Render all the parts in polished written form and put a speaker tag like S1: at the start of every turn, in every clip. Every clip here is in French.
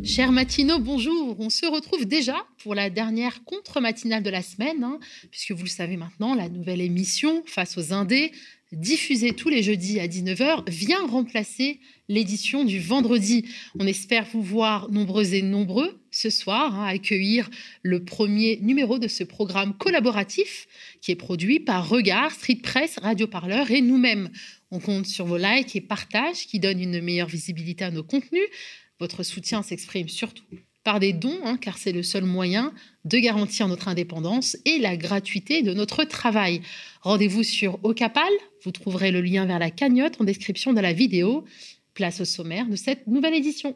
S1: Chers matinaux, bonjour. On se retrouve déjà pour la dernière contre-matinale de la semaine, puisque vous le savez maintenant, la nouvelle émission Face aux Indés, diffusée tous les jeudis à 19h, vient remplacer l'édition du vendredi. On espère vous voir nombreux et nombreux ce soir, accueillir le premier numéro de ce programme collaboratif qui est produit par Regard, Street Press, Radio Parleur et nous-mêmes. On compte sur vos likes et partages qui donnent une meilleure visibilité à nos contenus. Votre soutien s'exprime surtout par des dons, car c'est le seul moyen de garantir notre indépendance et la gratuité de notre travail. Rendez-vous sur Ocapal, vous trouverez le lien vers la cagnotte en description de la vidéo. Place au sommaire de cette nouvelle édition.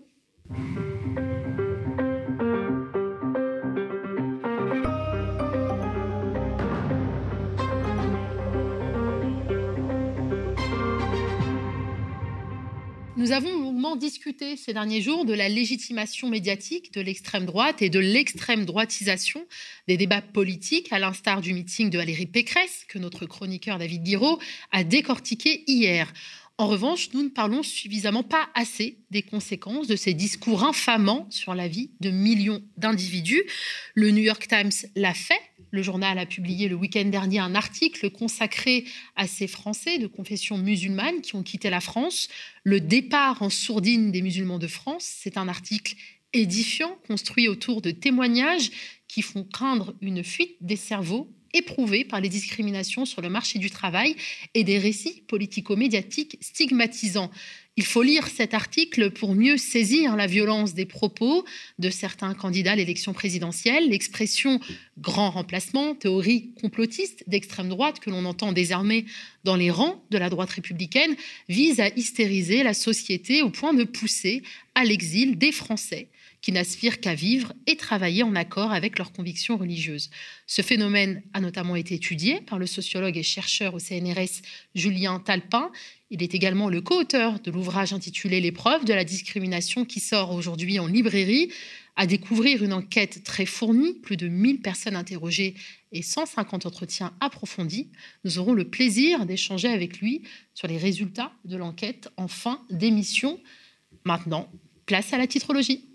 S1: Nous avons longuement discuté ces derniers jours de la légitimation médiatique de l'extrême droite et de l'extrême droitisation des débats politiques, à l'instar du meeting de Valérie Pécresse, que notre chroniqueur David Guiraud a décortiqué hier. En revanche, nous ne parlons suffisamment pas assez des conséquences de ces discours infamants sur la vie de millions d'individus. Le New York Times l'a fait. Le journal a publié le week-end dernier un article consacré à ces Français de confession musulmane qui ont quitté la France. Le départ en sourdine des musulmans de France, c'est un article édifiant, construit autour de témoignages qui font craindre une fuite des cerveaux éprouvés par les discriminations sur le marché du travail et des récits politico-médiatiques stigmatisants. Il faut lire cet article pour mieux saisir la violence des propos de certains candidats à l'élection présidentielle. L'expression « grand remplacement », théorie complotiste d'extrême droite que l'on entend désormais dans les rangs de la droite républicaine, vise à hystériser la société au point de pousser à l'exil des Français qui n'aspirent qu'à vivre et travailler en accord avec leurs convictions religieuses. Ce phénomène a notamment été étudié par le sociologue et chercheur au CNRS Julien Talpin. Il est également le co-auteur de l'ouvrage intitulé « L'épreuve de la discrimination » qui sort aujourd'hui en librairie. À découvrir une enquête très fournie, plus de 1000 personnes interrogées et 150 entretiens approfondis. Nous aurons le plaisir d'échanger avec lui sur les résultats de l'enquête en fin d'émission. Maintenant, place à la titrologie.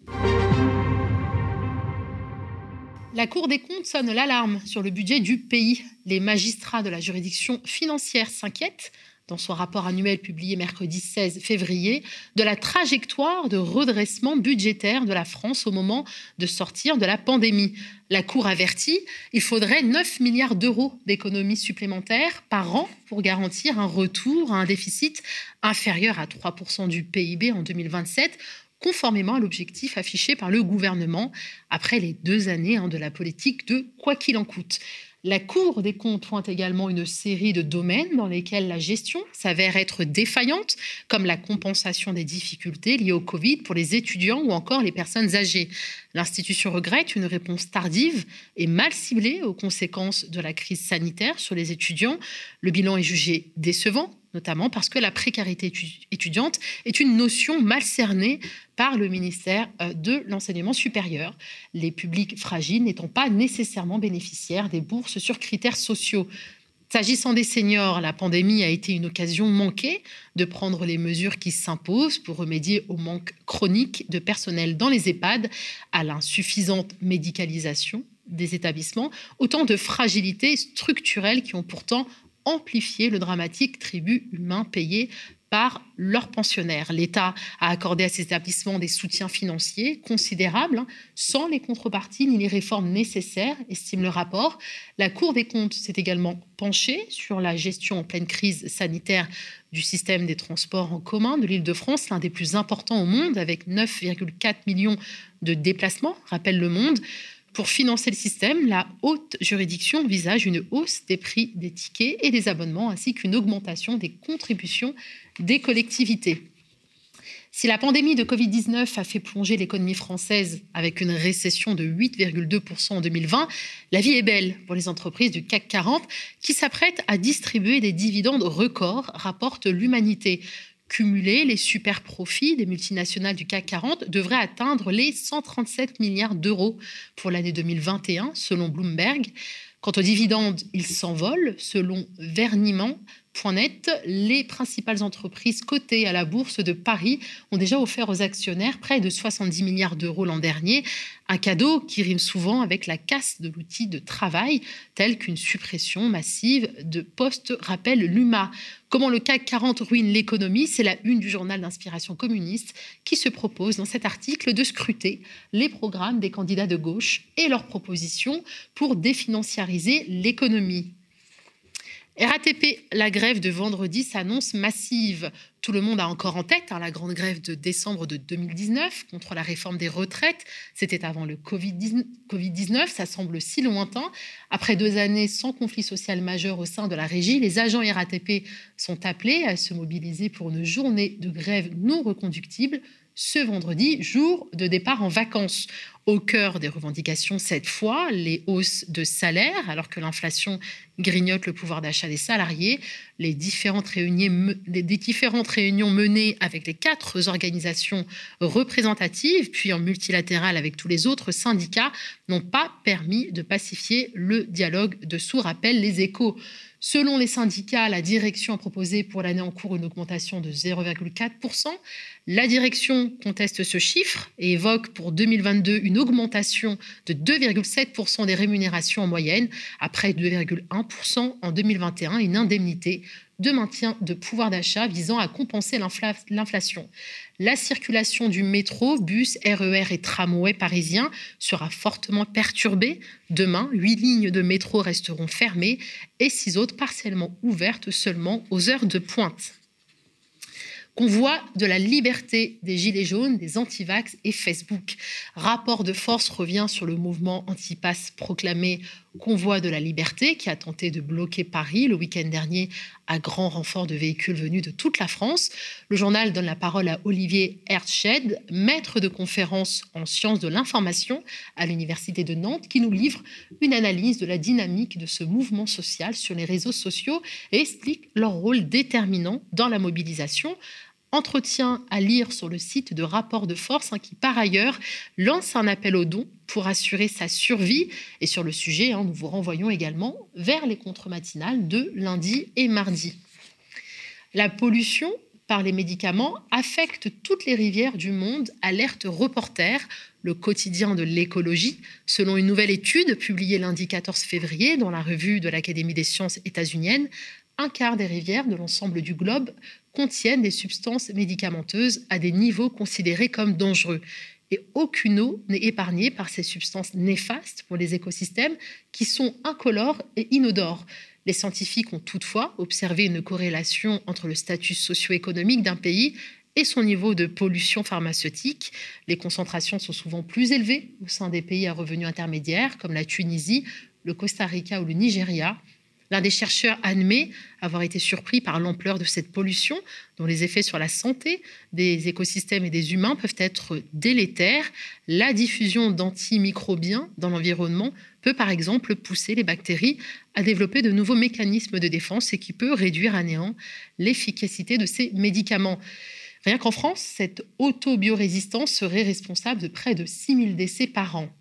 S1: La Cour des comptes sonne l'alarme sur le budget du pays. Les magistrats de la juridiction financière s'inquiètent, dans son rapport annuel publié mercredi 16 février, de la trajectoire de redressement budgétaire de la France au moment de sortir de la pandémie. La Cour avertit, il faudrait 9 milliards d'euros d'économies supplémentaires par an pour garantir un retour à un déficit inférieur à 3% du PIB en 2027, conformément à l'objectif affiché par le gouvernement après les 2 années de la politique de « quoi qu'il en coûte ». La Cour des comptes pointe également une série de domaines dans lesquels la gestion s'avère être défaillante, comme la compensation des difficultés liées au Covid pour les étudiants ou encore les personnes âgées. L'institution regrette une réponse tardive et mal ciblée aux conséquences de la crise sanitaire sur les étudiants. Le bilan est jugé décevant, notamment parce que la précarité étudiante est une notion mal cernée par le ministère de l'Enseignement supérieur, les publics fragiles n'étant pas nécessairement bénéficiaires des bourses sur critères sociaux. S'agissant des seniors, la pandémie a été une occasion manquée de prendre les mesures qui s'imposent pour remédier au manque chronique de personnel dans les EHPAD, à l'insuffisante médicalisation des établissements, autant de fragilités structurelles qui ont pourtant amplifier le dramatique tribut humain payé par leurs pensionnaires. L'État a accordé à ces établissements des soutiens financiers considérables, sans les contreparties ni les réformes nécessaires, estime le rapport. La Cour des comptes s'est également penchée sur la gestion en pleine crise sanitaire du système des transports en commun de l'Île-de-France, l'un des plus importants au monde, avec 9,4 millions de déplacements, rappelle Le Monde. Pour financer le système, la haute juridiction envisage une hausse des prix des tickets et des abonnements, ainsi qu'une augmentation des contributions des collectivités. Si la pandémie de Covid-19 a fait plonger l'économie française avec une récession de 8,2% en 2020, la vie est belle pour les entreprises du CAC 40 qui s'apprêtent à distribuer des dividendes records, rapporte l'Humanité. Cumulés, les super profits des multinationales du CAC 40 devraient atteindre les 137 milliards d'euros pour l'année 2021, selon Bloomberg. Quant aux dividendes, ils s'envolent. Selon Verniment.net, les principales entreprises cotées à la bourse de Paris ont déjà offert aux actionnaires près de 70 milliards d'euros l'an dernier, un cadeau qui rime souvent avec la casse de l'outil de travail, tel qu'une suppression massive de postes, rappelle l'UMA. Comment le CAC 40 ruine l'économie, c'est la une du journal d'inspiration communiste qui se propose dans cet article de scruter les programmes des candidats de gauche et leurs propositions pour définanciariser l'économie. RATP, la grève de vendredi s'annonce massive. Tout le monde a encore en tête la grande grève de décembre de 2019 contre la réforme des retraites. C'était avant le Covid-19, ça semble si lointain. Après 2 années sans conflit social majeur au sein de la régie, les agents RATP sont appelés à se mobiliser pour une journée de grève non reconductible ce vendredi, jour de départ en vacances. Au cœur des revendications cette fois, les hausses de salaire, alors que l'inflation grignote le pouvoir d'achat des salariés. Les différentes réunions menées avec les 4 organisations représentatives, puis en multilatéral avec tous les autres syndicats, n'ont pas permis de pacifier le dialogue de sourds, rappellent les Échos. Selon les syndicats, la direction a proposé pour l'année en cours une augmentation de 0,4%. La direction conteste ce chiffre et évoque pour 2022 une augmentation de 2,7% des rémunérations en moyenne, après 2,1% en 2021, une indemnité de maintien de pouvoir d'achat visant à compenser l'inflation. La circulation du métro, bus, RER et tramway parisiens sera fortement perturbée. Demain, 8 lignes de métro resteront fermées et 6 autres partiellement ouvertes seulement aux heures de pointe. Convoi de la liberté des Gilets jaunes, des antivax et Facebook. Rapport de force revient sur le mouvement anti-pass proclamé Convoi de la liberté qui a tenté de bloquer Paris le week-end dernier à grand renfort de véhicules venus de toute la France. Le journal donne la parole à Olivier Hertzsched, maître de conférence en sciences de l'information à l'Université de Nantes, qui nous livre une analyse de la dynamique de ce mouvement social sur les réseaux sociaux et explique leur rôle déterminant dans la mobilisation. Entretien à lire sur le site de Rapport de force qui, par ailleurs, lance un appel aux dons pour assurer sa survie. Et sur le sujet, nous vous renvoyons également vers les contre-matinales de lundi et mardi. La pollution par les médicaments affecte toutes les rivières du monde, alerte Reporter, le quotidien de l'écologie. Selon une nouvelle étude publiée lundi 14 février dans la revue de l'Académie des sciences états-uniennes, 1/4 des rivières de l'ensemble du globe contiennent des substances médicamenteuses à des niveaux considérés comme dangereux. Et aucune eau n'est épargnée par ces substances néfastes pour les écosystèmes qui sont incolores et inodores. Les scientifiques ont toutefois observé une corrélation entre le statut socio-économique d'un pays et son niveau de pollution pharmaceutique. Les concentrations sont souvent plus élevées au sein des pays à revenus intermédiaires comme la Tunisie, le Costa Rica ou le Nigeria. L'un des chercheurs admet avoir été surpris par l'ampleur de cette pollution, dont les effets sur la santé des écosystèmes et des humains peuvent être délétères. La diffusion d'antimicrobiens dans l'environnement peut par exemple pousser les bactéries à développer de nouveaux mécanismes de défense et qui peut réduire à néant l'efficacité de ces médicaments. Rien qu'en France, cette autobiorésistance serait responsable de près de 6 000 décès par an.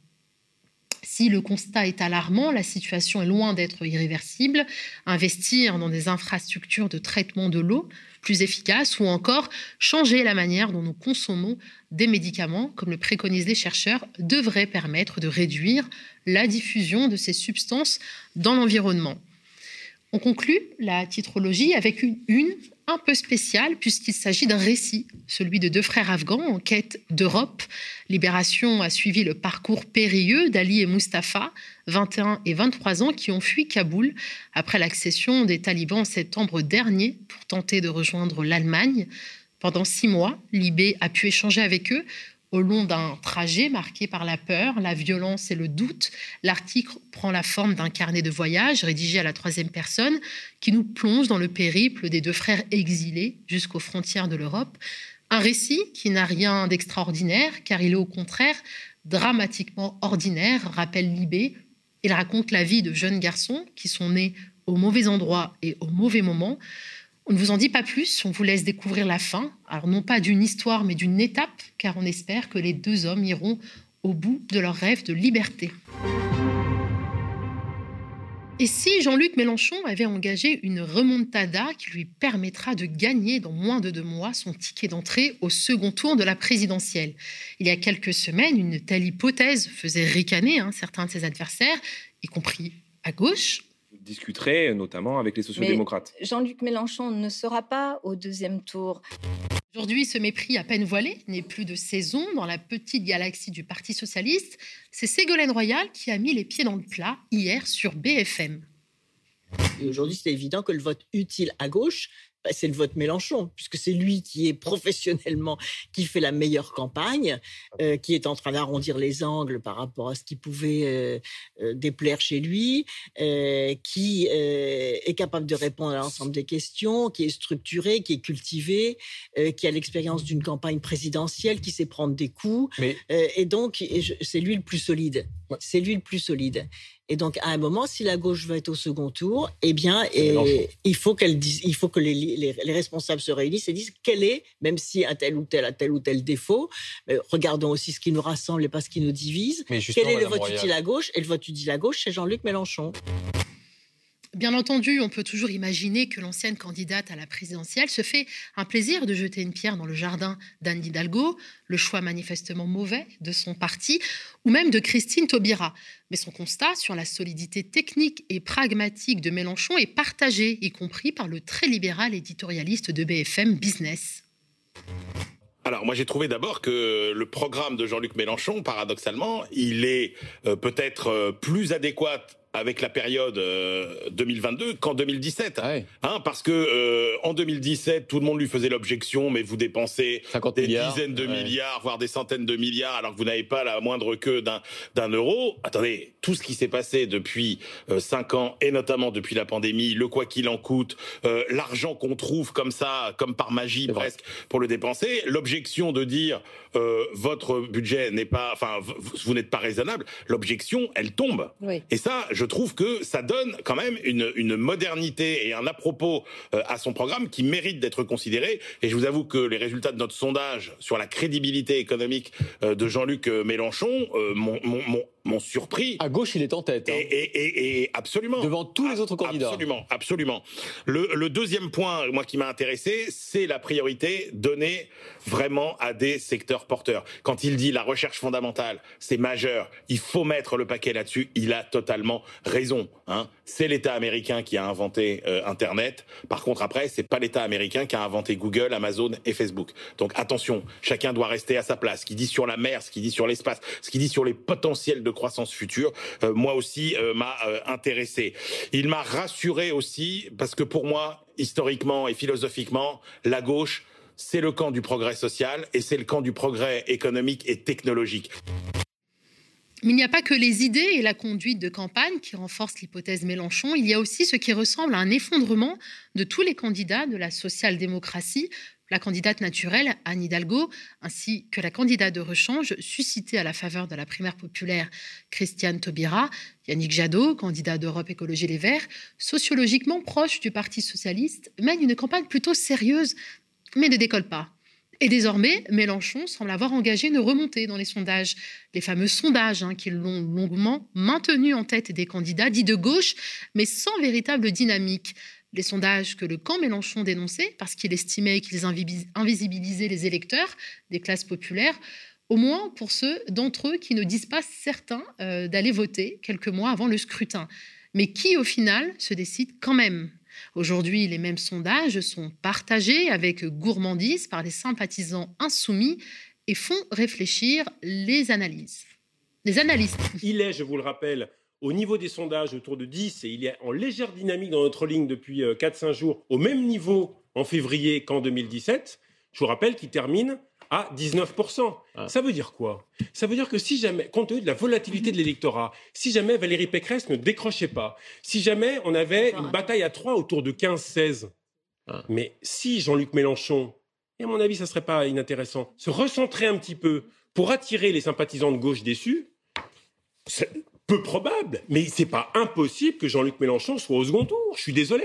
S1: Si le constat est alarmant, la situation est loin d'être irréversible. Investir dans des infrastructures de traitement de l'eau plus efficaces ou encore changer la manière dont nous consommons des médicaments, comme le préconisent les chercheurs, devrait permettre de réduire la diffusion de ces substances dans l'environnement. On conclut la titrologie avec une une un peu spéciale puisqu'il s'agit d'un récit, celui de 2 frères afghans en quête d'Europe. Libération a suivi le parcours périlleux d'Ali et Mustapha, 21 et 23 ans, qui ont fui Kaboul après l'accession des talibans en septembre dernier pour tenter de rejoindre l'Allemagne. Pendant 6 mois, Libé a pu échanger avec eux au long d'un trajet marqué par la peur, la violence et le doute. L'article prend la forme d'un carnet de voyage rédigé à la 3e personne qui nous plonge dans le périple des 2 frères exilés jusqu'aux frontières de l'Europe. Un récit qui n'a rien d'extraordinaire car il est au contraire dramatiquement ordinaire, rappelle Libé. Il raconte la vie de jeunes garçons qui sont nés au mauvais endroit et au mauvais moment. On ne vous en dit pas plus, on vous laisse découvrir la fin. Alors non pas d'une histoire, mais d'une étape, car on espère que les 2 hommes iront au bout de leur rêve de liberté. Et si Jean-Luc Mélenchon avait engagé une remontada qui lui permettra de gagner dans moins de 2 mois son ticket d'entrée au second tour de la présidentielle? Il y a quelques semaines, une telle hypothèse faisait ricaner certains de ses adversaires, y compris à gauche.
S2: Discuterait notamment avec les sociodémocrates.
S3: Mais Jean-Luc Mélenchon ne sera pas au deuxième tour.
S1: Aujourd'hui, ce mépris à peine voilé n'est plus de saison dans la petite galaxie du Parti socialiste. C'est Ségolène Royal qui a mis les pieds dans le plat hier sur BFM.
S4: Et aujourd'hui, c'est évident que le vote utile à gauche, c'est le vote Mélenchon, puisque c'est lui qui est professionnellement, qui fait la meilleure campagne, qui est en train d'arrondir les angles par rapport à ce qui pouvait déplaire chez lui, qui est capable de répondre à l'ensemble des questions, qui est structuré, qui est cultivé, qui a l'expérience d'une campagne présidentielle, qui sait prendre des coups. Et donc, c'est lui le plus solide. Ouais. C'est lui le plus solide. Et donc, à un moment, si la gauche va être au second tour, eh bien, il faut que les responsables se réunissent et disent quel est, même si un tel ou tel défaut, regardons aussi ce qui nous rassemble et pas ce qui nous divise. Quel est le vote utile à gauche? Et le vote utile à gauche, c'est Jean-Luc Mélenchon.
S1: Bien entendu, on peut toujours imaginer que l'ancienne candidate à la présidentielle se fait un plaisir de jeter une pierre dans le jardin d'Anne Hidalgo, le choix manifestement mauvais de son parti, ou même de Christine Taubira. Mais son constat sur la solidité technique et pragmatique de Mélenchon est partagé, y compris par le très libéral éditorialiste de BFM Business.
S5: Alors moi j'ai trouvé d'abord que le programme de Jean-Luc Mélenchon, paradoxalement, il est peut-être plus adéquat avec la période 2022 qu'en 2017. Ah ouais. Parce que en 2017, tout le monde lui faisait l'objection, mais vous dépensez des dizaines de milliards, voire des centaines de milliards, alors que vous n'avez pas la moindre queue d'un euro. Attendez, tout ce qui s'est passé depuis 5 ans, et notamment depuis la pandémie, le quoi qu'il en coûte, l'argent qu'on trouve comme ça, comme par magie presque, pour le dépenser, l'objection de dire votre budget n'est pas, enfin vous n'êtes pas raisonnable, l'objection, elle tombe. Oui. Et ça, je trouve que ça donne quand même une modernité et un à-propos à son programme qui mérite d'être considéré. Et je vous avoue que les résultats de notre sondage sur la crédibilité économique de Jean-Luc Mélenchon m'ont surpris.
S6: À gauche, il est en tête.
S5: Et absolument.
S6: Devant tous les autres candidats.
S5: Absolument. Le deuxième point, moi, qui m'a intéressé, c'est la priorité donnée vraiment à des secteurs porteurs. Quand il dit la recherche fondamentale, c'est majeur, il faut mettre le paquet là-dessus, il a totalement raison. C'est l'État américain qui a inventé Internet. Par contre, après, c'est pas l'État américain qui a inventé Google, Amazon et Facebook. Donc attention, chacun doit rester à sa place. Ce qu'il dit sur la mer, ce qu'il dit sur l'espace, ce qu'il dit sur les potentiels de croissance future, moi aussi m'a intéressé. Il m'a rassuré aussi parce que pour moi, historiquement et philosophiquement, la gauche, c'est le camp du progrès social et c'est le camp du progrès économique et technologique.
S1: Mais il n'y a pas que les idées et la conduite de campagne qui renforcent l'hypothèse Mélenchon. Il y a aussi ce qui ressemble à un effondrement de tous les candidats de la social-démocratie, la candidate naturelle Anne Hidalgo, ainsi que la candidate de rechange suscitée à la faveur de la primaire populaire Christiane Taubira, Yannick Jadot, candidat d'Europe Écologie Les Verts, sociologiquement proche du Parti socialiste, mène une campagne plutôt sérieuse, mais ne décolle pas. Et désormais, Mélenchon semble avoir engagé une remontée dans les sondages. Les fameux sondages qui l'ont longuement maintenu en tête des candidats dits de gauche, mais sans véritable dynamique. Les sondages que le camp Mélenchon dénonçait parce qu'il estimait qu'ils invisibilisaient les électeurs des classes populaires, au moins pour ceux d'entre eux qui ne disent pas certains d'aller voter quelques mois avant le scrutin, mais qui au final se décident quand même. Aujourd'hui, les mêmes sondages sont partagés avec gourmandise par les sympathisants insoumis et font réfléchir les analystes.
S7: Il est, je vous le rappelle, au niveau des sondages autour de 10 et il est en légère dynamique dans notre ligne depuis 4-5 jours, au même niveau en février qu'en 2017. Je vous rappelle qu'il termine à 19%. Ça veut dire quoi? Ça veut dire que si jamais, compte tenu de la volatilité de l'électorat, si jamais Valérie Pécresse ne décrochait pas, si jamais on avait une bataille à 3 autour de 15-16, mais si Jean-Luc Mélenchon, et à mon avis ça ne serait pas inintéressant, se recentrait un petit peu pour attirer les sympathisants de gauche déçus, c'est peu probable, mais c'est pas impossible que Jean-Luc Mélenchon soit au second tour. Je suis désolé.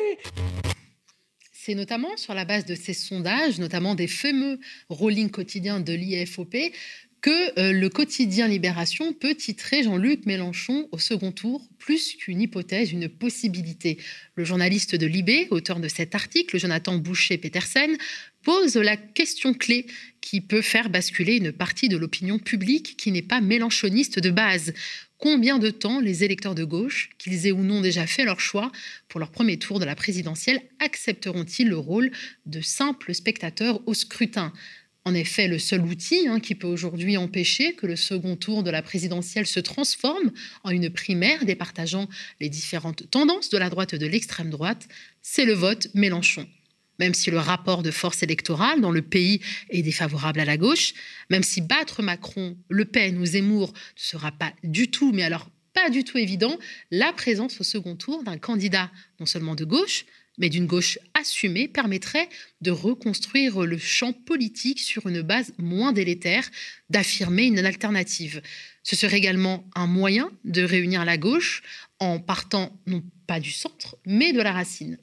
S1: C'est notamment sur la base de ces sondages, notamment des fameux rollings quotidiens de l'IFOP, que le quotidien Libération peut titrer Jean-Luc Mélenchon au second tour plus qu'une hypothèse, une possibilité. Le journaliste de Libé, auteur de cet article, Jonathan Boucher-Petersen, pose la question clé qui peut faire basculer une partie de l'opinion publique qui n'est pas mélenchoniste de base. Combien de temps les électeurs de gauche, qu'ils aient ou non déjà fait leur choix pour leur premier tour de la présidentielle, accepteront-ils le rôle de simples spectateurs au scrutin ? En effet, le seul outil qui peut aujourd'hui empêcher que le second tour de la présidentielle se transforme en une primaire départageant les différentes tendances de la droite et de l'extrême droite, c'est le vote Mélenchon. Même si le rapport de force électorale dans le pays est défavorable à la gauche, même si battre Macron, Le Pen ou Zemmour ne sera pas du tout, mais alors pas du tout évident, la présence au second tour d'un candidat non seulement de gauche, mais d'une gauche assumée, permettrait de reconstruire le champ politique sur une base moins délétère, d'affirmer une alternative. Ce serait également un moyen de réunir la gauche en partant non pas du centre, mais de la racine.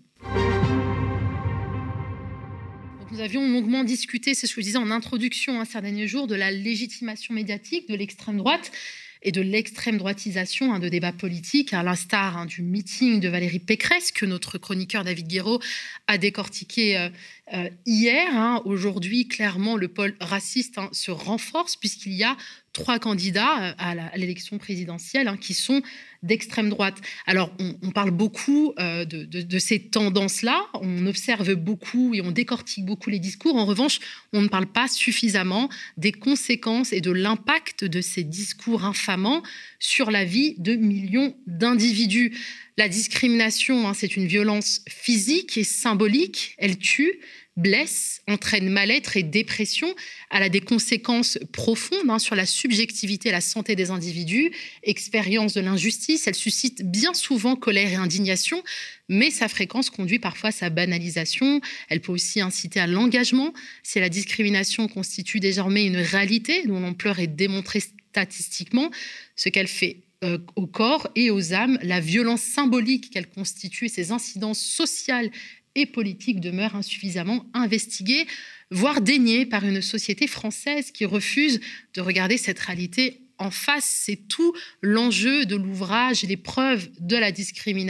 S1: Nous avions longuement discuté, c'est ce que je disais en introduction ces derniers jours, de la légitimation médiatique de l'extrême droite et de l'extrême droitisation de débats politiques, à l'instar du meeting de Valérie Pécresse que notre chroniqueur David Guéraud a décortiqué hier. Aujourd'hui, clairement, le pôle raciste se renforce puisqu'il y a 3 candidats à l'élection présidentielle qui sont d'extrême droite. Alors, on parle beaucoup de ces tendances-là, on observe beaucoup et on décortique beaucoup les discours. En revanche, on ne parle pas suffisamment des conséquences et de l'impact de ces discours infamants sur la vie de millions d'individus. La discrimination, c'est une violence physique et symbolique. Elle tue, blesse, entraîne mal-être et dépression. Elle a des conséquences profondes sur la subjectivité et la santé des individus. Expérience de l'injustice, elle suscite bien souvent colère et indignation, mais sa fréquence conduit parfois à sa banalisation. Elle peut aussi inciter à l'engagement. Si la discrimination constitue désormais une réalité dont l'ampleur est démontrée statistiquement, ce qu'elle fait au corps et aux âmes, la violence symbolique qu'elle constitue et ses incidences sociales et politiques demeurent insuffisamment investiguées, voire déniées par une société française qui refuse de regarder cette réalité en face. C'est tout l'enjeu de l'ouvrage « Les preuves de la discrimination »,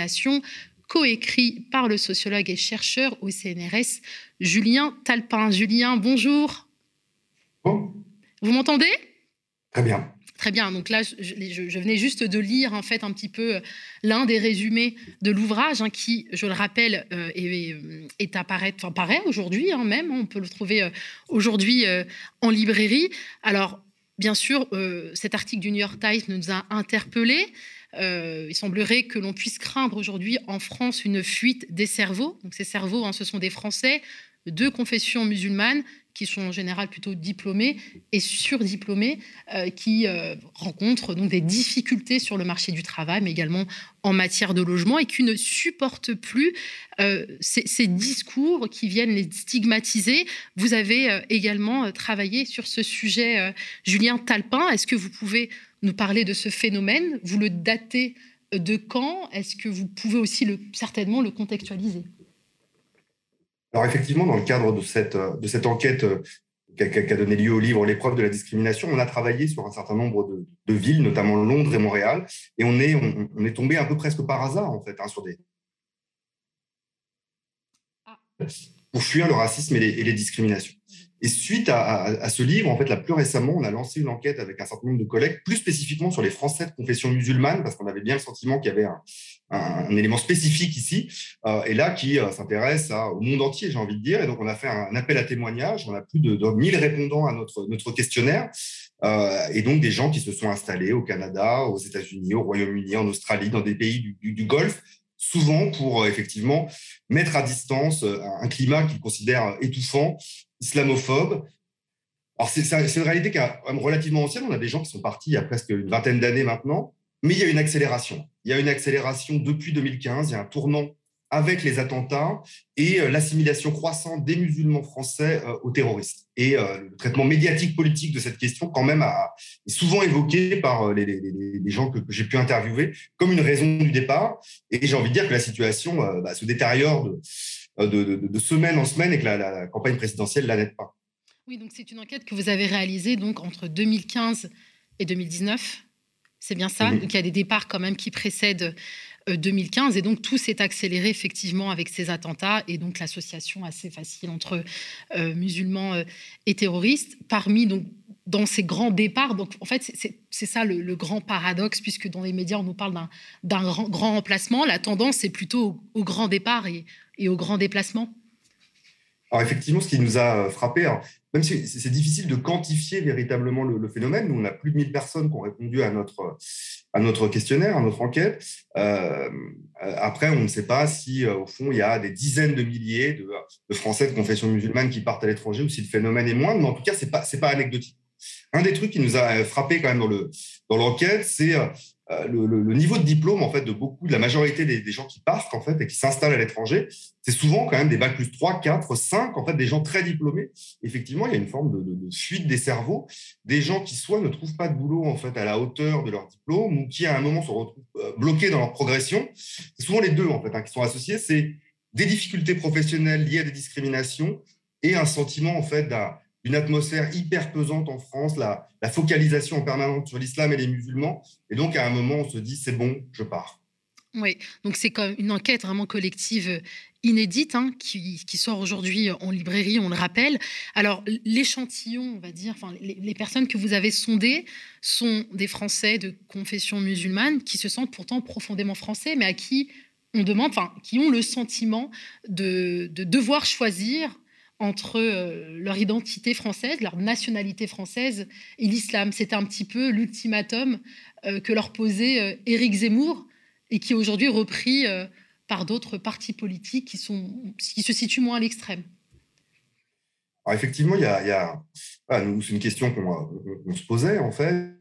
S1: coécrit par le sociologue et chercheur au CNRS, Julien Talpin. Julien, bonjour.
S8: Bon.
S1: Vous m'entendez ?
S8: Très bien.
S1: Très bien, donc là, je venais juste de lire en fait un petit peu l'un des résumés de l'ouvrage qui, je le rappelle, paraît aujourd'hui même, on peut le trouver aujourd'hui en librairie. Alors, bien sûr, cet article du New York Times nous a interpellés. Il semblerait que l'on puisse craindre aujourd'hui en France une fuite des cerveaux. Donc ces cerveaux, ce sont des Français de confession musulmane qui sont en général plutôt diplômés et surdiplômés, qui rencontrent donc des difficultés sur le marché du travail, mais également en matière de logement, et qui ne supportent plus ces discours qui viennent les stigmatiser. Vous avez également travaillé sur ce sujet, Julien Talpin. Est-ce que vous pouvez nous parler de ce phénomène ? Vous le datez de quand ? Est-ce que vous pouvez aussi certainement le contextualiser ?
S8: Alors effectivement, dans le cadre de cette enquête qui a donné lieu au livre « L'épreuve de la discrimination », on a travaillé sur un certain nombre de villes, notamment Londres et Montréal, et on est tombé un peu presque par hasard en fait sur des pour fuir le racisme et les discriminations. Et suite à ce livre, en fait, là, plus récemment, on a lancé une enquête avec un certain nombre de collègues, plus spécifiquement sur les Français de confession musulmane, parce qu'on avait bien le sentiment qu'il y avait un élément spécifique ici, et là, qui s'intéresse au monde entier, j'ai envie de dire. Et donc, on a fait un appel à témoignages. On a plus de 1000 répondants à notre questionnaire, et donc des gens qui se sont installés au Canada, aux États-Unis, au Royaume-Uni, en Australie, dans des pays du Golfe, souvent pour effectivement mettre à distance un climat qu'ils considèrent étouffant, islamophobe. Alors, c'est une réalité qui est relativement ancienne. On a des gens qui sont partis il y a presque une vingtaine d'années maintenant, mais il y a une accélération. Il y a une accélération depuis 2015. Il y a un tournant avec les attentats et l'assimilation croissante des musulmans français aux terroristes. Et le traitement médiatique politique de cette question, quand même, est souvent évoqué par les gens que j'ai pu interviewer comme une raison du départ. Et j'ai envie de dire que la situation se détériore de semaine en semaine et que la campagne présidentielle n'aide pas.
S1: Oui, donc c'est une enquête que vous avez réalisée donc, entre 2015 et 2019. C'est bien ça. Donc il y a des départs quand même qui précèdent 2015 et donc tout s'est accéléré effectivement avec ces attentats et donc l'association assez facile entre musulmans et terroristes. Parmi donc dans ces grands départs, donc en fait c'est ça le grand paradoxe puisque dans les médias on nous parle d'un grand remplacement. La tendance est plutôt au grand départ et au grand déplacement.
S8: Alors effectivement, ce qui nous a frappé, alors, même si c'est difficile de quantifier véritablement le phénomène, nous on a plus de 1000 personnes qui ont répondu à notre questionnaire, à notre enquête. Après, on ne sait pas si au fond il y a des dizaines de milliers de Français de confession musulmane qui partent à l'étranger ou si le phénomène est moindre, mais en tout cas c'est pas anecdotique. Un des trucs qui nous a frappé quand même dans l'enquête, c'est le niveau de diplôme en fait de la majorité des gens qui partent en fait et qui s'installent à l'étranger. C'est souvent quand même des bac plus 3, 4, 5, en fait des gens très diplômés. Effectivement, il y a une forme de fuite des cerveaux, des gens qui soit ne trouvent pas de boulot en fait à la hauteur de leur diplôme ou qui à un moment se retrouvent bloqués dans leur progression. C'est souvent les deux en fait qui sont associés. C'est des difficultés professionnelles liées à des discriminations et un sentiment en fait d'une atmosphère hyper pesante en France, la focalisation en permanence sur l'islam et les musulmans. Et donc, à un moment, on se dit, c'est bon, je pars.
S1: Oui, donc c'est comme une enquête vraiment collective inédite qui sort aujourd'hui en librairie, on le rappelle. Alors, l'échantillon, on va dire, les personnes que vous avez sondées sont des Français de confession musulmane qui se sentent pourtant profondément français, mais à qui on demande, qui ont le sentiment de devoir choisir entre leur identité française, leur nationalité française et l'islam. C'était un petit peu l'ultimatum que leur posait Éric Zemmour et qui est aujourd'hui repris par d'autres partis politiques qui se situent moins à l'extrême.
S8: Alors effectivement, nous, c'est une question qu'on se posait en fait.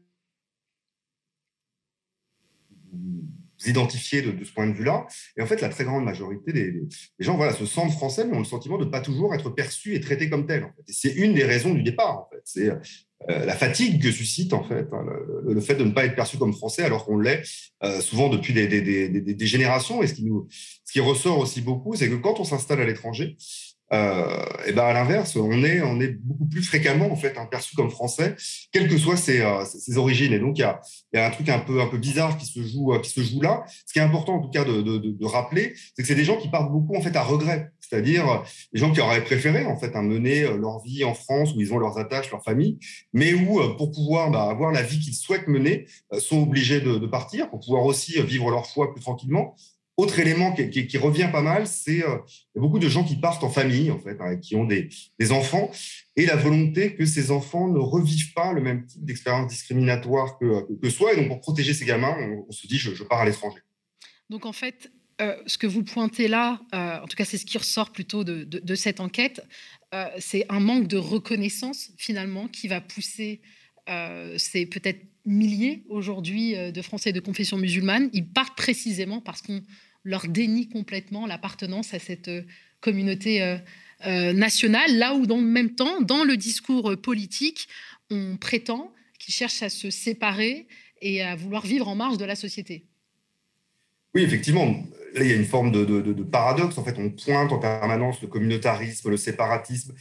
S8: Identifiés de ce point de vue-là. Et en fait, la très grande majorité des gens se sentent français, mais ont le sentiment de ne pas toujours être perçus et traités comme tels. En fait. Et c'est une des raisons du départ. En fait. C'est la fatigue que suscite en fait, le fait de ne pas être perçu comme français alors qu'on l'est souvent depuis des générations. Et ce qui ressort aussi beaucoup, c'est que quand on s'installe à l'étranger, et à l'inverse, on est beaucoup plus fréquemment en fait perçu comme français, quelles que soient ses origines. Et donc il y a un truc un peu bizarre qui se joue là. Ce qui est important en tout cas de rappeler, c'est que c'est des gens qui partent beaucoup en fait à regret, c'est-à-dire des gens qui auraient préféré en fait mener leur vie en France où ils ont leurs attaches, leur famille, mais où pour pouvoir avoir la vie qu'ils souhaitent mener, sont obligés de partir pour pouvoir aussi vivre leur foi plus tranquillement. Autre élément qui revient pas mal, c'est y a beaucoup de gens qui partent en famille, en fait, qui ont des enfants, et la volonté que ces enfants ne revivent pas le même type d'expérience discriminatoire que soi. Et donc, pour protéger ces gamins, on se dit, je pars à l'étranger.
S1: Donc, en fait, ce que vous pointez là, en tout cas, c'est ce qui ressort plutôt de cette enquête, c'est un manque de reconnaissance, finalement, qui va pousser ces peut-être milliers aujourd'hui de Français de confession musulmane. Ils partent précisément parce qu'on leur dénie complètement l'appartenance à cette communauté nationale, là où dans le même temps, dans le discours politique, on prétend qu'ils cherchent à se séparer et à vouloir vivre en marge de la société.
S8: Oui, effectivement. Là, il y a une forme de paradoxe. En fait, on pointe en permanence le communautarisme, le séparatisme,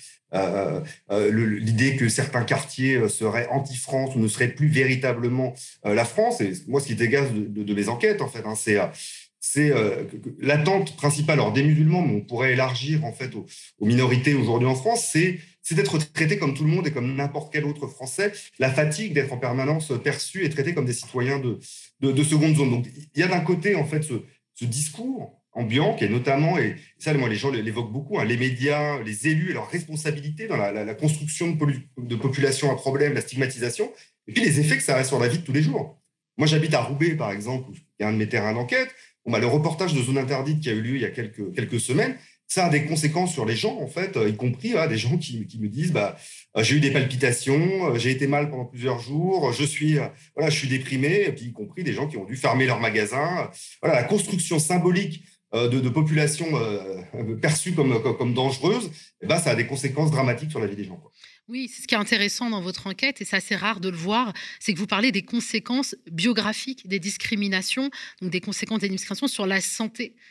S8: l'idée que certains quartiers seraient anti-France ou ne seraient plus véritablement la France. Et moi, ce qui dégage de mes enquêtes, en fait, c'est l'attente principale des musulmans, mais on pourrait élargir en fait aux minorités aujourd'hui en France, c'est d'être traité comme tout le monde et comme n'importe quel autre Français. La fatigue d'être en permanence perçu et traité comme des citoyens de seconde zone. Donc, il y a d'un côté en fait ce discours ambiant qui est notamment, et ça, moi, les gens l'évoquent beaucoup, les médias, les élus et leurs responsabilités dans la construction de population à problème, la stigmatisation, et puis les effets que ça a sur la vie de tous les jours. Moi, j'habite à Roubaix, par exemple, où il y a un de mes terrains d'enquête. Le reportage de Zone Interdite qui a eu lieu il y a quelques semaines, ça a des conséquences sur les gens, en fait, y compris des gens qui me disent j'ai eu des palpitations, j'ai été mal pendant plusieurs jours, je suis déprimé, et puis y compris des gens qui ont dû fermer leur magasin. La construction symbolique de populations perçues comme dangereuses, ça a des conséquences dramatiques sur la vie des gens, quoi.
S1: Oui, c'est ce qui est intéressant dans votre enquête, et c'est assez rare de le voir, c'est que vous parlez des conséquences biographiques des discriminations, donc des conséquences des discriminations sur la santé.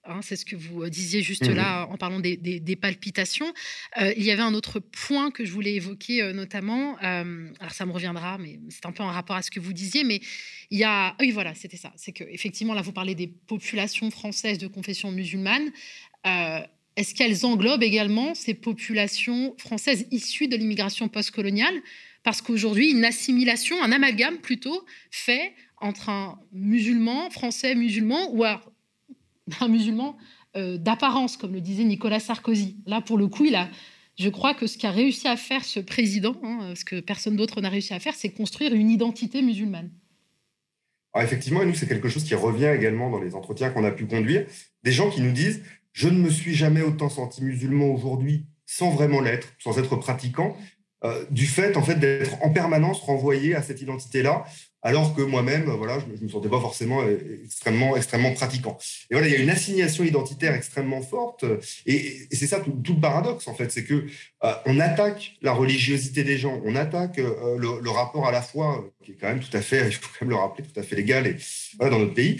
S1: C'est ce que vous disiez juste là en parlant des palpitations. Il y avait un autre point que je voulais évoquer notamment. Alors ça me reviendra, mais c'est un peu en rapport à ce que vous disiez. Mais il y a... Oui, voilà, c'était ça. C'est qu'effectivement, là, vous parlez des populations françaises de confession musulmane. Est-ce qu'elles englobent également ces populations françaises issues de l'immigration postcoloniale ? Parce qu'aujourd'hui, une assimilation, un amalgame plutôt, fait entre un musulman, français musulman, ou un musulman d'apparence, comme le disait Nicolas Sarkozy. Là, pour le coup, je crois que ce qu'a réussi à faire ce président, ce que personne d'autre n'a réussi à faire, c'est construire une identité musulmane.
S8: Alors effectivement, et nous, c'est quelque chose qui revient également dans les entretiens qu'on a pu conduire. Des gens qui nous disent « Je ne me suis jamais autant senti musulman aujourd'hui sans vraiment l'être, sans être pratiquant », du fait, en fait, d'être en permanence renvoyé à cette identité-là, alors que moi-même, voilà, je ne me sentais pas forcément extrêmement pratiquant. Et voilà, il y a une assignation identitaire extrêmement forte, et c'est ça tout le paradoxe, en fait, c'est que on attaque la religiosité des gens, on attaque le rapport à la foi, qui est quand même tout à fait, il faut quand même le rappeler, tout à fait légal et, voilà, dans notre pays.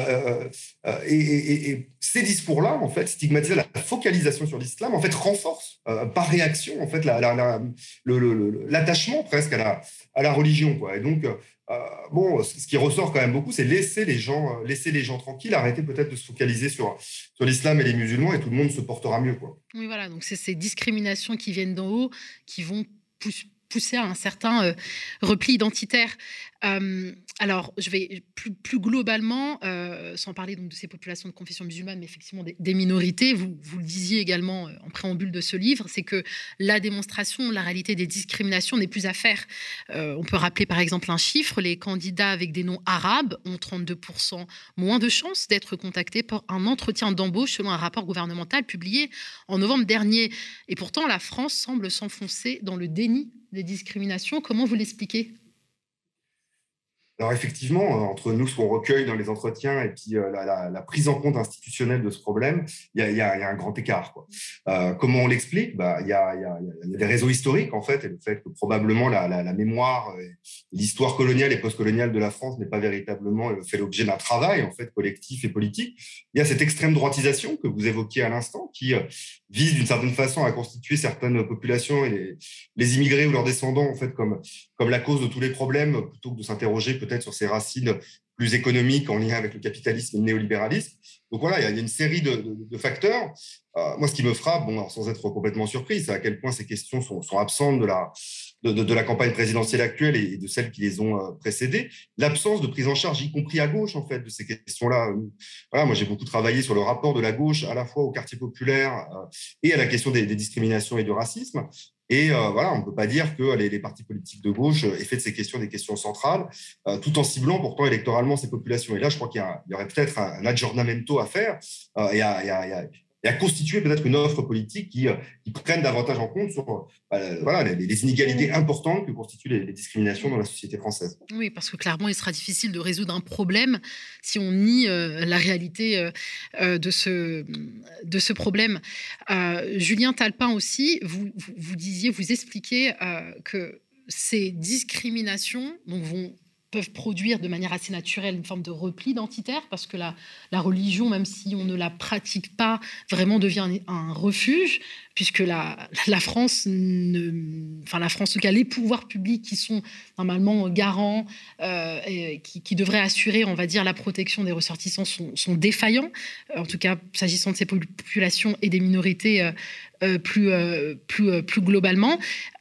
S8: Et ces discours-là, en fait, stigmatiser la focalisation sur l'islam, en fait, renforce par réaction, en fait, l'attachement presque à la religion, quoi. Et donc, ce qui ressort quand même beaucoup, c'est laisser les gens tranquilles, arrêter peut-être de se focaliser sur l'islam et les musulmans, et tout le monde se portera mieux, quoi.
S1: Oui, voilà. Donc, c'est ces discriminations qui viennent d'en haut qui vont pousser à un certain repli identitaire. Alors, je vais plus globalement, sans parler donc de ces populations de confession musulmane, mais effectivement des minorités, vous le disiez également en préambule de ce livre, c'est que la démonstration, la réalité des discriminations n'est plus à faire. On peut rappeler par exemple un chiffre, les candidats avec des noms arabes ont 32% moins de chances d'être contactés pour un entretien d'embauche selon un rapport gouvernemental publié en novembre dernier. Et pourtant, la France semble s'enfoncer dans le déni des discriminations. Comment vous l'expliquez ?
S8: Alors effectivement, entre nous, ce qu'on recueille dans les entretiens et puis la prise en compte institutionnelle de ce problème, il y a un grand écart, quoi. Comment on l'explique ? Il y a des réseaux historiques, en fait, et le fait que probablement la mémoire, l'histoire coloniale et postcoloniale de la France n'est pas véritablement fait l'objet d'un travail, en fait, collectif et politique. Il y a cette extrême droitisation que vous évoquiez à l'instant, qui vise d'une certaine façon à constituer certaines populations et les immigrés ou leurs descendants, en fait, comme la cause de tous les problèmes, plutôt que de s'interroger peut-être sur ses racines plus économiques en lien avec le capitalisme et le néolibéralisme. Donc voilà, il y a une série de facteurs. Moi, ce qui me frappe, sans être complètement surpris, c'est à quel point ces questions sont absentes de la campagne présidentielle actuelle et de celles qui les ont précédées. L'absence de prise en charge, y compris à gauche, en fait, de ces questions-là. Voilà, moi, j'ai beaucoup travaillé sur le rapport de la gauche à la fois au quartier populaire et à la question des discriminations et du racisme. Et voilà, on ne peut pas dire que les partis politiques de gauche aient fait de ces questions des questions centrales, tout en ciblant pourtant électoralement ces populations. Et là, je crois qu'il y aurait peut-être un aggiornamento à faire et à constituer peut-être une offre politique qui prenne davantage en compte sur les inégalités importantes que constituent les discriminations dans la société française.
S1: Oui, parce que clairement, il sera difficile de résoudre un problème si on nie la réalité de ce problème. Julien Talpin aussi, vous disiez, vous expliquiez que ces discriminations peuvent produire de manière assez naturelle une forme de repli identitaire, parce que la religion, même si on ne la pratique pas, vraiment devient un refuge, puisque la France, en tout cas les pouvoirs publics qui sont normalement garants, qui devraient assurer, on va dire, la protection des ressortissants sont défaillants, en tout cas s'agissant de ces populations et des minorités plus globalement.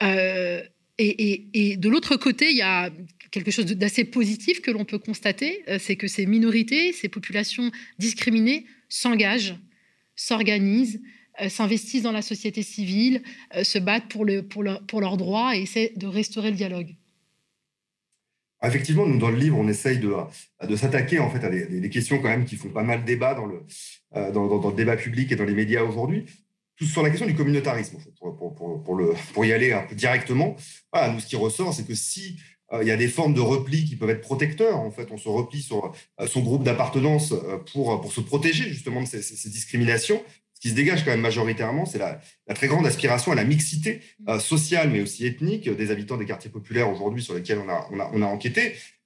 S1: Et de l'autre côté, il y a quelque chose d'assez positif que l'on peut constater, c'est que ces minorités, ces populations discriminées s'engagent, s'organisent, s'investissent dans la société civile, se battent pour leurs droits et essaient de restaurer le dialogue.
S8: Effectivement, nous, dans le livre, on essaye de s'attaquer en fait, à des questions quand même qui font pas mal débat dans le débat public et dans les médias aujourd'hui. Tout sur la question du communautarisme, en fait, pour y aller un peu directement. Voilà, nous, ce qui ressort, c'est que si il y a des formes de repli qui peuvent être protecteurs, en fait, on se replie sur son groupe d'appartenance pour se protéger justement de ces discriminations. Ce qui se dégage quand même majoritairement, c'est la très grande aspiration à la mixité sociale, mais aussi ethnique des habitants des quartiers populaires aujourd'hui sur lesquels on a enquêté.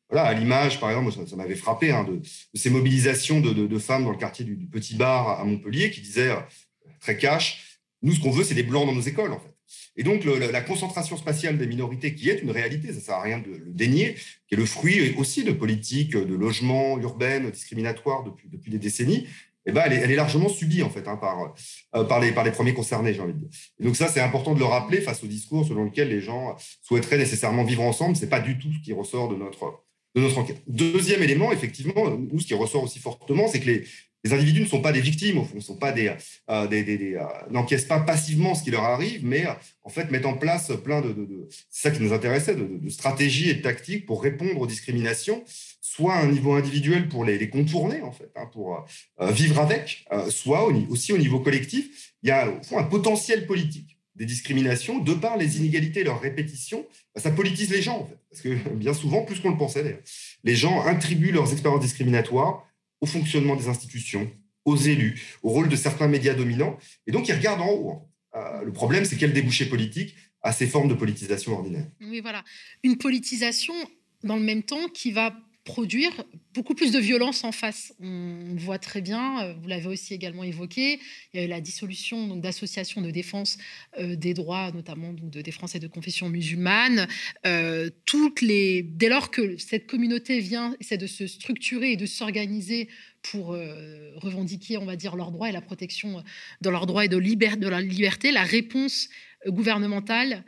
S8: voilà, à l'image, par exemple, ça m'avait frappé, de ces mobilisations de femmes dans le quartier du Petit Bar à Montpellier qui disaient, très cash, nous, ce qu'on veut, c'est des blancs dans nos écoles, en fait. Et donc, la concentration spatiale des minorités, qui est une réalité, ça ne sert à rien de le dénier, qui est le fruit aussi de politiques de logement urbaines discriminatoires depuis des décennies, elle est largement subie, en fait, par les premiers concernés, j'ai envie de dire. Et donc ça, c'est important de le rappeler face au discours selon lequel les gens souhaiteraient nécessairement vivre ensemble. Ce n'est pas du tout ce qui ressort de notre enquête. Deuxième élément, effectivement, nous, ce qui ressort aussi fortement, c'est que les individus ne sont pas des victimes, au fond, n'encaissent pas passivement ce qui leur arrive, mais en fait mettent en place plein c'est ça qui nous intéressait, de stratégies et de tactiques pour répondre aux discriminations, soit à un niveau individuel pour les contourner, en fait, pour vivre avec, soit aussi au niveau collectif. Il y a au fond un potentiel politique des discriminations, de par les inégalités et leur répétition, ça politise les gens, en fait. Parce que bien souvent, plus qu'on le pensait d'ailleurs, les gens attribuent leurs expériences discriminatoires au fonctionnement des institutions, aux élus, au rôle de certains médias dominants, et donc ils regardent en haut. Le problème, c'est quel débouché politique à ces formes de politisation ordinaire.
S1: Oui, voilà. Une politisation, dans le même temps, qui va produire beaucoup plus de violence en face. On voit très bien, vous l'avez aussi également évoqué, il y a eu la dissolution d'associations de défense des droits, notamment donc, des Français de confession musulmane. Dès lors que cette communauté essaie de se structurer et de s'organiser pour revendiquer, on va dire, leurs droits et la protection de leurs droits et de la liberté, la réponse gouvernementale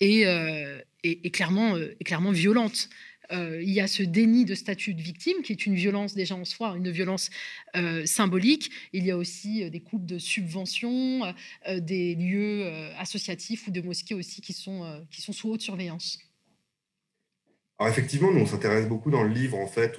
S1: est clairement violente. Il y a ce déni de statut de victime qui est une violence déjà en soi, une violence symbolique. Il y a aussi des coupes de subventions, des lieux associatifs ou de mosquées aussi qui sont sous haute surveillance.
S8: Alors effectivement, nous on s'intéresse beaucoup dans le livre en fait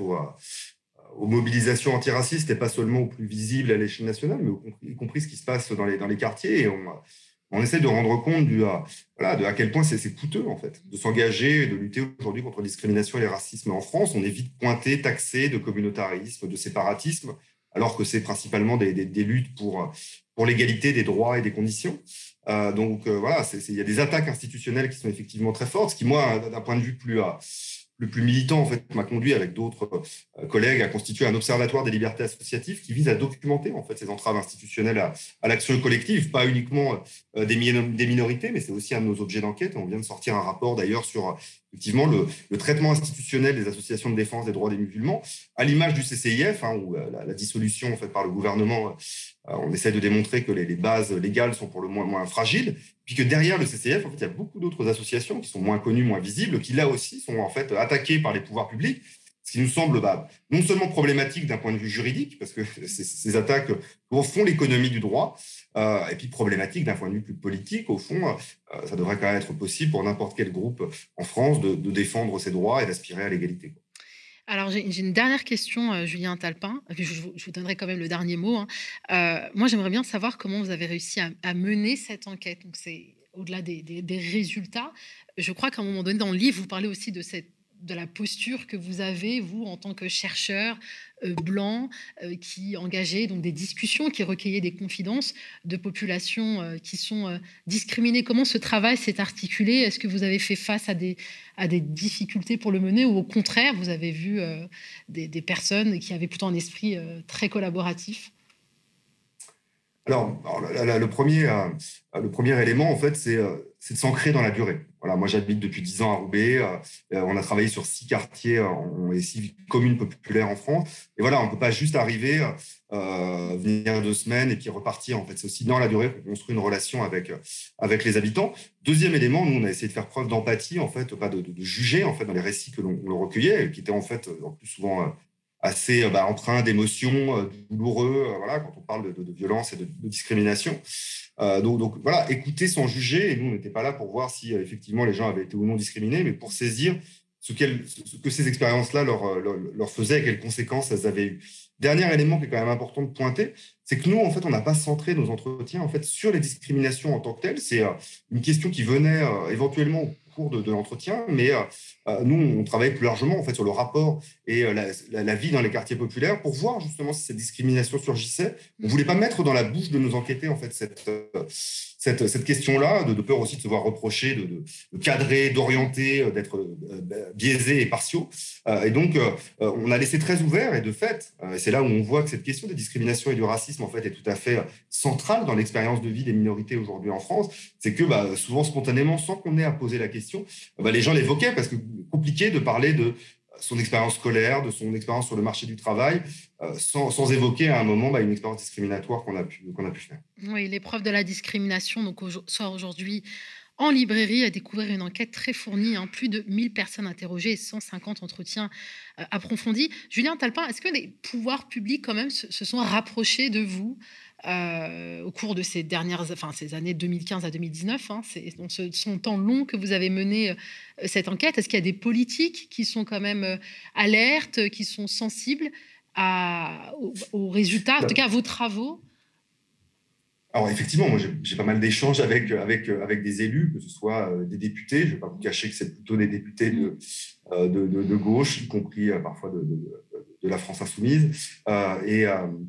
S8: aux mobilisations antiracistes et pas seulement aux plus visibles à l'échelle nationale, mais y compris ce qui se passe dans les quartiers. Et on essaie de rendre compte de à quel point c'est coûteux, en fait, de s'engager et de lutter aujourd'hui contre la discrimination et les racismes en France. On est vite pointé, taxé de communautarisme, de séparatisme, alors que c'est principalement des luttes pour l'égalité des droits et des conditions. Donc, il y a des attaques institutionnelles qui sont effectivement très fortes, ce qui, moi, d'un point de vue plus militant, en fait, m'a conduit avec d'autres collègues à constituer un observatoire des libertés associatives qui vise à documenter en fait ces entraves institutionnelles à l'action collective, pas uniquement des minorités, mais c'est aussi un de nos objets d'enquête. On vient de sortir un rapport d'ailleurs sur effectivement le traitement institutionnel des associations de défense des droits des musulmans, à l'image du CCIF, où la dissolution en fait par le gouvernement, on essaie de démontrer que les bases légales sont pour le moins fragiles. Puis que derrière le CCF, en fait, il y a beaucoup d'autres associations qui sont moins connues, moins visibles, qui là aussi sont en fait attaquées par les pouvoirs publics, ce qui nous semble non seulement problématique d'un point de vue juridique, parce que ces attaques font l'économie du droit, et puis problématique d'un point de vue plus politique. Au fond, ça devrait quand même être possible pour n'importe quel groupe en France de défendre ses droits et d'aspirer à l'égalité.
S1: Alors, j'ai une dernière question, Julien Talpin. Je vous donnerai quand même le dernier mot. Moi, j'aimerais bien savoir comment vous avez réussi à mener cette enquête. Donc, c'est au-delà des résultats. Je crois qu'à un moment donné, dans le livre, vous parlez aussi de la posture que vous avez, vous, en tant que chercheur blanc, qui engageait donc des discussions, qui recueillait des confidences de populations qui sont discriminées. Comment ce travail s'est articulé? Est-ce que vous avez fait face à des difficultés pour le mener, ou au contraire, vous avez vu des personnes qui avaient plutôt un esprit très collaboratif?
S8: Alors le premier élément, en fait, c'est de s'ancrer dans la durée. Voilà, moi, j'habite depuis 10 ans à Roubaix. On a travaillé sur 6 quartiers et 6 communes populaires en France. Et voilà, on ne peut pas juste arriver, venir 2 semaines et puis repartir. En fait, c'est aussi dans la durée qu'on construit une relation avec les habitants. Deuxième élément, nous, on a essayé de faire preuve d'empathie, en fait, pas de juger, en fait, dans les récits que l'on recueillait, qui étaient en fait, en plus souvent assez empreint d'émotions, douloureux, quand on parle de violence et de discrimination. Donc voilà, écouter sans juger. Et nous, on n'était pas là pour voir si effectivement les gens avaient été ou non discriminés, mais pour saisir ce que ces expériences-là leur faisaient et quelles conséquences elles avaient eues. Dernier élément qui est quand même important de pointer, c'est que nous, en fait, on n'a pas centré nos entretiens en fait, sur les discriminations en tant que telles. C'est une question qui venait éventuellement au cours de l'entretien, mais nous, on travaille plus largement en fait, sur le rapport et la vie dans les quartiers populaires pour voir justement si cette discrimination surgissait. On ne voulait pas mettre dans la bouche de nos enquêtés en fait, cette question-là, de peur aussi de se voir reprocher de cadrer, d'orienter, d'être biaisés et partiaux. Et donc, on a laissé très ouvert, et de fait, et c'est là où on voit que cette question des discriminations et du racisme en fait, est tout à fait centrale dans l'expérience de vie des minorités aujourd'hui en France. C'est que souvent, spontanément, sans qu'on ait à poser la question, les gens l'évoquaient parce que compliqué de parler de son expérience scolaire, de son expérience sur le marché du travail, sans évoquer à un moment une expérience discriminatoire qu'on a pu faire.
S1: Oui, l'épreuve de la discrimination sort aujourd'hui en librairie, à découvrir une enquête très fournie, plus de 1000 personnes interrogées et 150 entretiens approfondis. Julien Talpin, est-ce que les pouvoirs publics quand même se sont rapprochés de vous au cours de ces années 2015 à 2019, dans ce temps long que vous avez mené cette enquête? Est-ce qu'il y a des politiques qui sont quand même alertes, qui sont sensibles aux résultats, en tout cas à vos travaux?
S8: Alors effectivement, moi j'ai pas mal d'échanges avec des élus, que ce soit des députés. Je ne vais pas vous cacher que c'est plutôt des députés de gauche, y compris parfois de la France insoumise. Et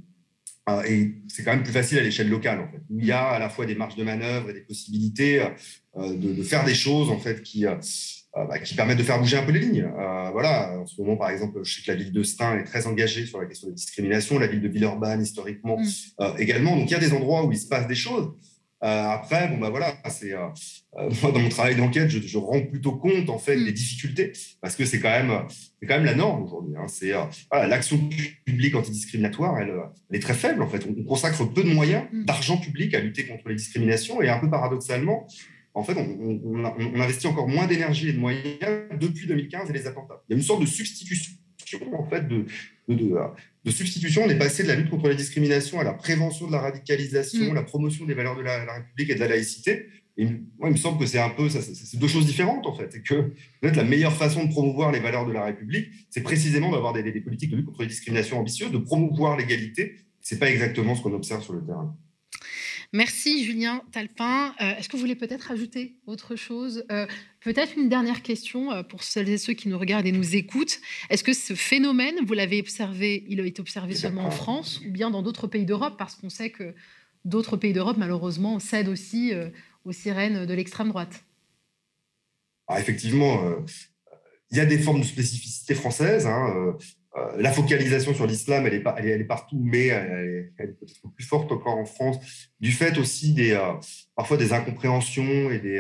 S8: c'est quand même plus facile à l'échelle locale, en fait, où il y a à la fois des marges de manœuvre et des possibilités de faire des choses en fait, qui permettent de faire bouger un peu les lignes. En ce moment, par exemple, je sais que la ville de Stein est très engagée sur la question de la discrimination, la ville de Villeurbanne, historiquement, également. Donc, il y a des endroits où il se passe des choses. Après, c'est moi dans mon travail d'enquête, je rends plutôt compte en fait des difficultés parce que c'est quand même la norme aujourd'hui. L'action publique antidiscriminatoire, elle est très faible en fait. On consacre peu de moyens, d'argent public à lutter contre les discriminations et un peu paradoxalement, en fait, on investit encore moins d'énergie et de moyens depuis 2015 et les attentats. Il y a une sorte de substitution en fait de substitution. On est passé de la lutte contre la discrimination à la prévention de la radicalisation, la promotion des valeurs de la République et de la laïcité. Et moi, il me semble que c'est un peu c'est deux choses différentes en fait. Et que peut-être la meilleure façon de promouvoir les valeurs de la République, c'est précisément d'avoir des politiques de lutte contre les discriminations ambitieuses, de promouvoir l'égalité. C'est pas exactement ce qu'on observe sur le terrain.
S1: Merci Julien Talpin. Est-ce que vous voulez peut-être ajouter autre chose? Peut-être une dernière question pour celles et ceux qui nous regardent et nous écoutent. Est-ce que ce phénomène, vous l'avez observé, il a été observé seulement en France ou bien dans d'autres pays d'Europe? Parce qu'on sait que d'autres pays d'Europe, malheureusement, cèdent aussi aux sirènes de l'extrême droite.
S8: Effectivement, il y a des formes de spécificité française. La focalisation sur l'islam, elle est partout, mais elle est peut-être plus forte encore en France, du fait aussi parfois des incompréhensions et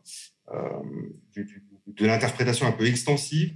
S8: de l'interprétation un peu extensive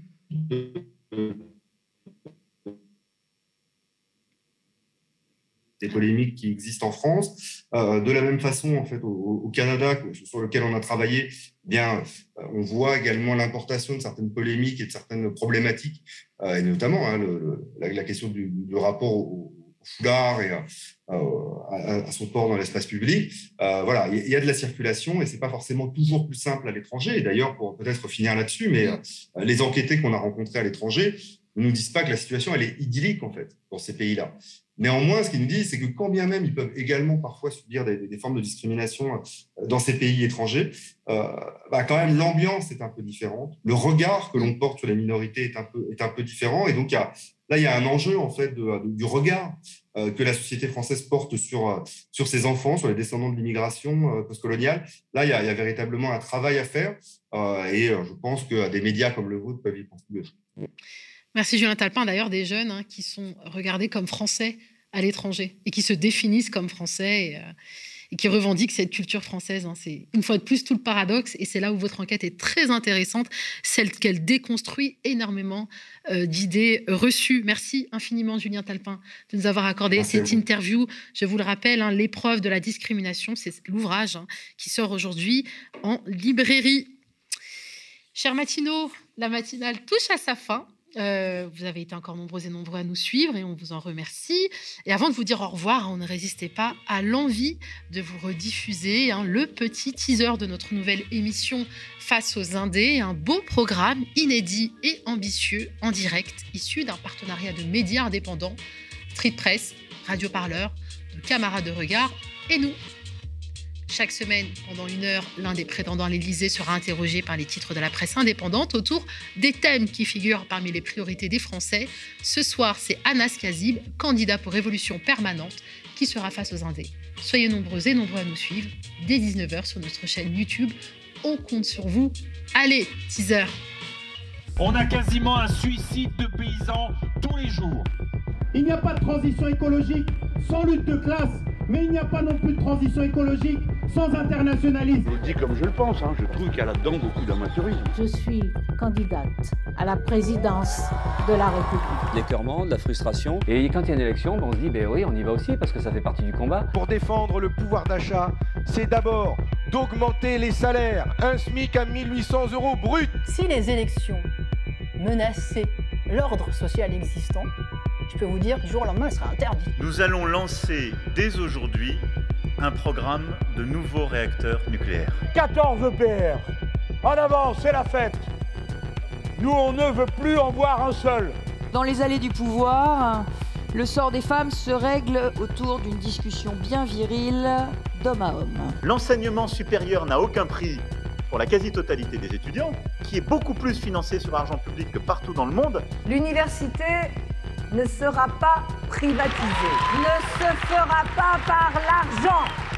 S8: des polémiques qui existent en France. De la même façon, en fait, au Canada, sur lequel on a travaillé, on voit également l'importation de certaines polémiques et de certaines problématiques, et notamment la question du rapport au foulard et à son port dans l'espace public. Il y a de la circulation et c'est pas forcément toujours plus simple à l'étranger. Et d'ailleurs, pour peut-être finir là-dessus, mais les enquêtés qu'on a rencontrés à l'étranger ne nous disent pas que la situation elle est idyllique en fait dans ces pays-là. Néanmoins, ce qu'ils nous disent, c'est que quand bien même ils peuvent également parfois subir des formes de discrimination dans ces pays étrangers, quand même l'ambiance est un peu différente. Le regard que l'on porte sur les minorités est un peu différent. Et donc, il y a un enjeu en fait du regard que la société française porte sur ses enfants, sur les descendants de l'immigration postcoloniale. Là, il y a véritablement un travail à faire. Et je pense que des médias comme le vôtre peuvent y contribuer.
S1: Merci Julien Talpin. D'ailleurs, des jeunes qui sont regardés comme français à l'étranger et qui se définissent comme français et qui revendiquent cette culture française. C'est une fois de plus tout le paradoxe et c'est là où votre enquête est très intéressante, celle qu'elle déconstruit énormément d'idées reçues. Merci infiniment Julien Talpin de nous avoir accordé cette interview. Je vous le rappelle, l'épreuve de la discrimination, c'est l'ouvrage qui sort aujourd'hui en librairie. Chers matinaux, la matinale touche à sa fin. Vous avez été encore nombreux et nombreux à nous suivre et on vous en remercie. Et avant de vous dire au revoir, on ne résistez pas à l'envie de vous rediffuser le petit teaser de notre nouvelle émission Face aux Indés, un beau programme inédit et ambitieux en direct, issu d'un partenariat de médias indépendants, Street Press, Radio Parleur, de Camarades de Regard et nous. Chaque semaine, pendant 1 heure, l'un des prétendants à l'Élysée sera interrogé par les titres de la presse indépendante autour des thèmes qui figurent parmi les priorités des Français. Ce soir, c'est Anas Kazib, candidat pour Révolution permanente, qui sera face aux Indés. Soyez nombreux et nombreux à nous suivre dès 19h sur notre chaîne YouTube. On compte sur vous. Allez, teaser.
S9: On a quasiment un suicide de paysans tous les jours.
S10: Il n'y a pas de transition écologique sans lutte de classe, mais il n'y a pas non plus de transition écologique sans internationalisme.
S11: Je le dis comme je le pense, je trouve qu'il y a là-dedans beaucoup d'amateurisme.
S12: Je suis candidate à la présidence de la République.
S6: L'écœurement, de la frustration. Et quand il y a une élection, on se dit, oui, on y va aussi parce que ça fait partie du combat.
S13: Pour défendre le pouvoir d'achat, c'est d'abord d'augmenter les salaires. Un SMIC à 1 800 € brut.
S14: Si les élections menaçaient l'ordre social existant, je peux vous dire que du jour au lendemain, elle sera interdite.
S15: Nous allons lancer dès aujourd'hui un programme de nouveaux réacteurs nucléaires.
S13: 14 EPR. En avant, c'est la fête. Nous, on ne veut plus en voir un seul.
S16: Dans les allées du pouvoir, le sort des femmes se règle autour d'une discussion bien virile d'homme à homme.
S15: L'enseignement supérieur n'a aucun prix pour la quasi-totalité des étudiants, qui est beaucoup plus financé sur argent public que partout dans le monde.
S17: L'université ne sera pas privatisée, ne se fera pas par l'argent.